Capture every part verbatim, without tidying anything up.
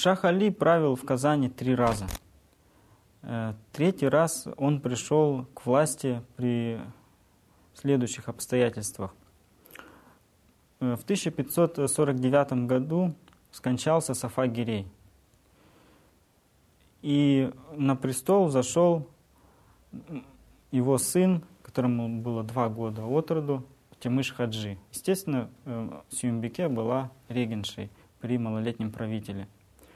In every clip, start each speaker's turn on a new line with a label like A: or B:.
A: Шах Али правил в Казани три раза. Третий раз он пришел к власти при следующих обстоятельствах. В тысяча пятьсот сорок девятом году скончался Сафа Гирей. И на престол зашел его сын, которому было два года от роду, Темыш Хаджи. Естественно, Сююмбике была регеншей при малолетнем правителе.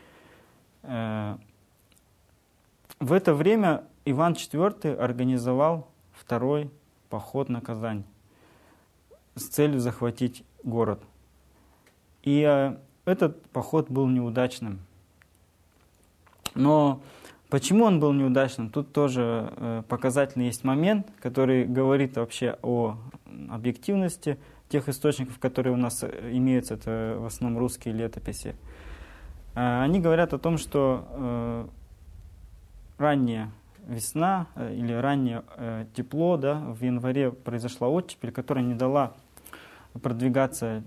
A: В это время Иван четвёртый организовал второй поход на Казань с целью захватить город. И этот поход был неудачным. Но почему он был неудачным? Тут тоже показательный есть момент, который говорит вообще о объективности тех источников, которые у нас имеются, это в основном русские летописи. Они говорят о том, что ранняя весна или раннее тепло, да, в январе произошла оттепель, которая не дала продвигаться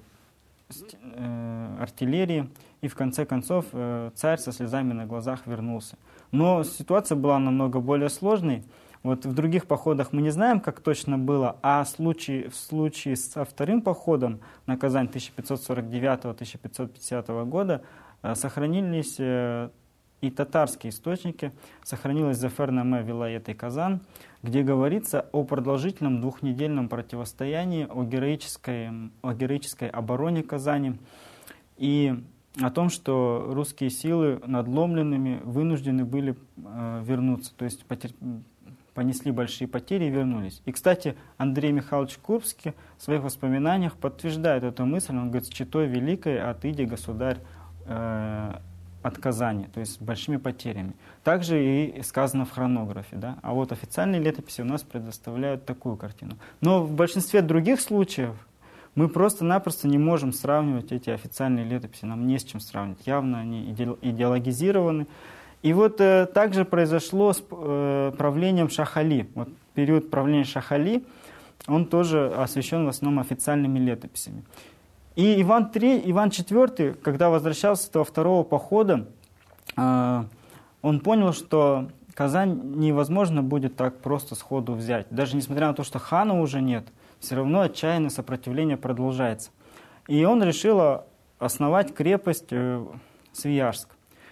A: артиллерии, и в конце концов царь со слезами на глазах вернулся. Но ситуация была намного более сложной. Вот в других походах мы не знаем, как точно было, а в случае, в случае со вторым походом на Казань тысяча пятьсот сорок девятого — тысяча пятьсот пятидесятого года сохранились и татарские источники. Сохранилась Зафернаме Вилаят-и Казан, где говорится о продолжительном двухнедельном противостоянии, о героической, о героической обороне Казани и о том, что русские силы надломленными вынуждены были э, вернуться, то есть потер... понесли большие потери и вернулись. И, кстати, Андрей Михайлович Курбский в своих воспоминаниях подтверждает эту мысль. Он говорит: «С читой великой отыди, государь, э, от Казани», то есть с большими потерями. Также и сказано в хронографе. Да? А вот официальные летописи у нас предоставляют такую картину. Но в большинстве других случаев мы просто-напросто не можем сравнивать эти официальные летописи. Нам не с чем сравнивать. Явно они идеологизированы. И вот э, также произошло с э, правлением Шах Али. Вот период правления Шах Али, он тоже освящен в основном официальными летописями. И Иван третий, Иван четвёртый, когда возвращался с этого второго похода, э, он понял, что Казань невозможно будет так просто сходу взять. Даже несмотря на то, что хана уже нет, все равно отчаянное сопротивление продолжается. И он решил основать крепость э, Свияжск.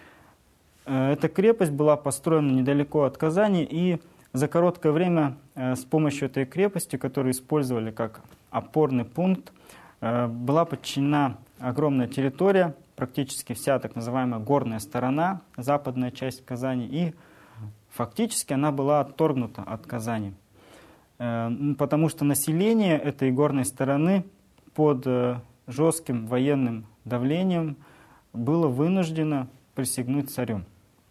A: Эта крепость была построена недалеко от Казани, и за короткое время э, с помощью этой крепости, которую использовали как опорный пункт, э, была подчинена огромная территория, практически вся так называемая горная сторона, западная часть Казани, и фактически она была отторгнута от Казани, э, потому что население этой горной стороны под э, жестким военным давлением было вынуждено присягнуть царю.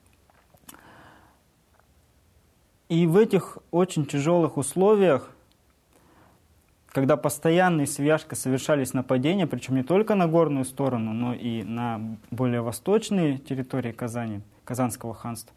A: И в этих очень тяжелых условиях, когда постоянно из Свияжска совершались нападения, причем не только на горную сторону, но и на более восточные территории Казани, Казанского ханства,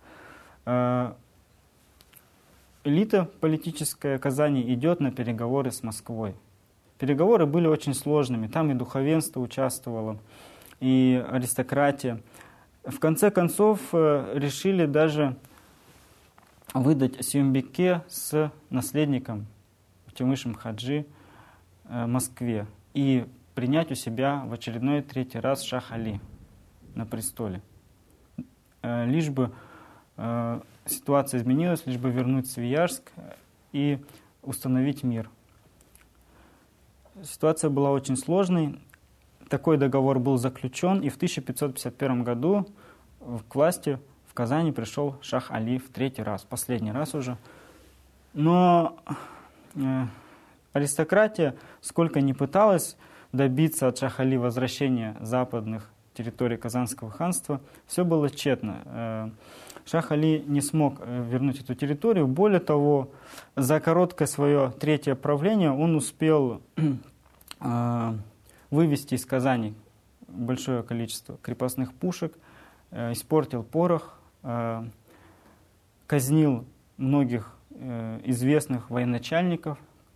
A: элита политическая Казани идет на переговоры с Москвой. Переговоры были очень сложными, там и духовенство участвовало, и аристократия. В конце концов решили даже выдать Сююмбике с наследником Темышем Хаджи э, Москве и принять у себя в очередной третий раз Шах Али на престоле. Э, лишь бы э, ситуация изменилась, лишь бы вернуть Свияжск и установить мир. Ситуация была очень сложной. Такой договор был заключен, и в тысяча пятьсот пятьдесят первом году к власти в Казани пришел Шах Али в третий раз, последний раз уже. Но э, аристократия, сколько ни пыталась добиться от Шах Али возвращения западных территорий Казанского ханства, все было тщетно. Э, Шах Али не смог вернуть эту территорию. Более того, за короткое свое третье правление он успел э, вывести из Казани большое количество крепостных пушек, э, испортил порох, э, казнил многих э, известных военачальников.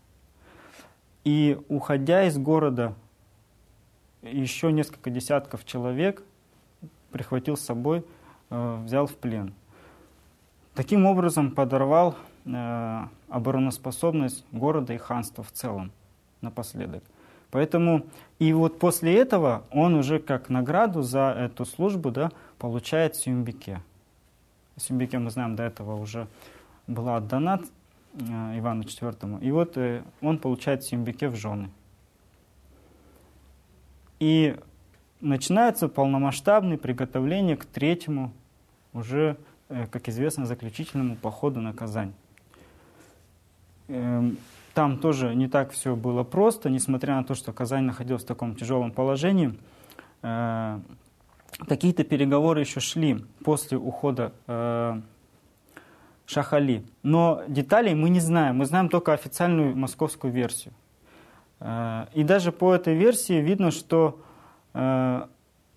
A: И, уходя из города, еще несколько десятков человек, прихватил с собой, э, взял в плен. Таким образом подорвал э, обороноспособность города и ханства в целом напоследок. Поэтому и вот после этого он уже как награду за эту службу, да, получает Сюмбике. Сюмбике, мы знаем, до этого уже была отдана э, Ивану четвёртому. И вот э, он получает Сюмбике в жены. И начинается полномасштабное приготовление к третьему, уже, э, как известно, заключительному походу на Казань. Э, Там тоже не так все было просто, несмотря на то, что Казань находилась в таком тяжелом положении. Э, Какие-то переговоры еще шли после ухода э, Шаха Али. Но деталей мы не знаем. Мы знаем только официальную московскую версию. Э, и даже по этой версии видно, что э,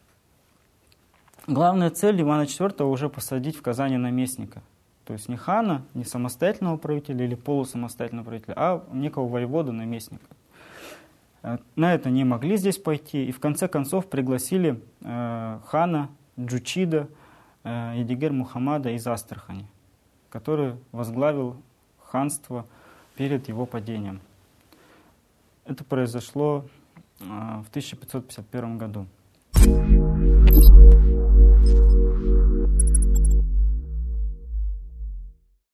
A: главная цель Ивана четвёртого уже посадить в Казани наместника. То есть не хана, не самостоятельного правителя или полусамостоятельного правителя, а некого воевода, наместника. На это не могли здесь пойти, и в конце концов пригласили э, хана Джучида э, Едигер Мухаммада из Астрахани, который возглавил ханство перед его падением. Это произошло э, в тысяча пятьсот пятьдесят первом году.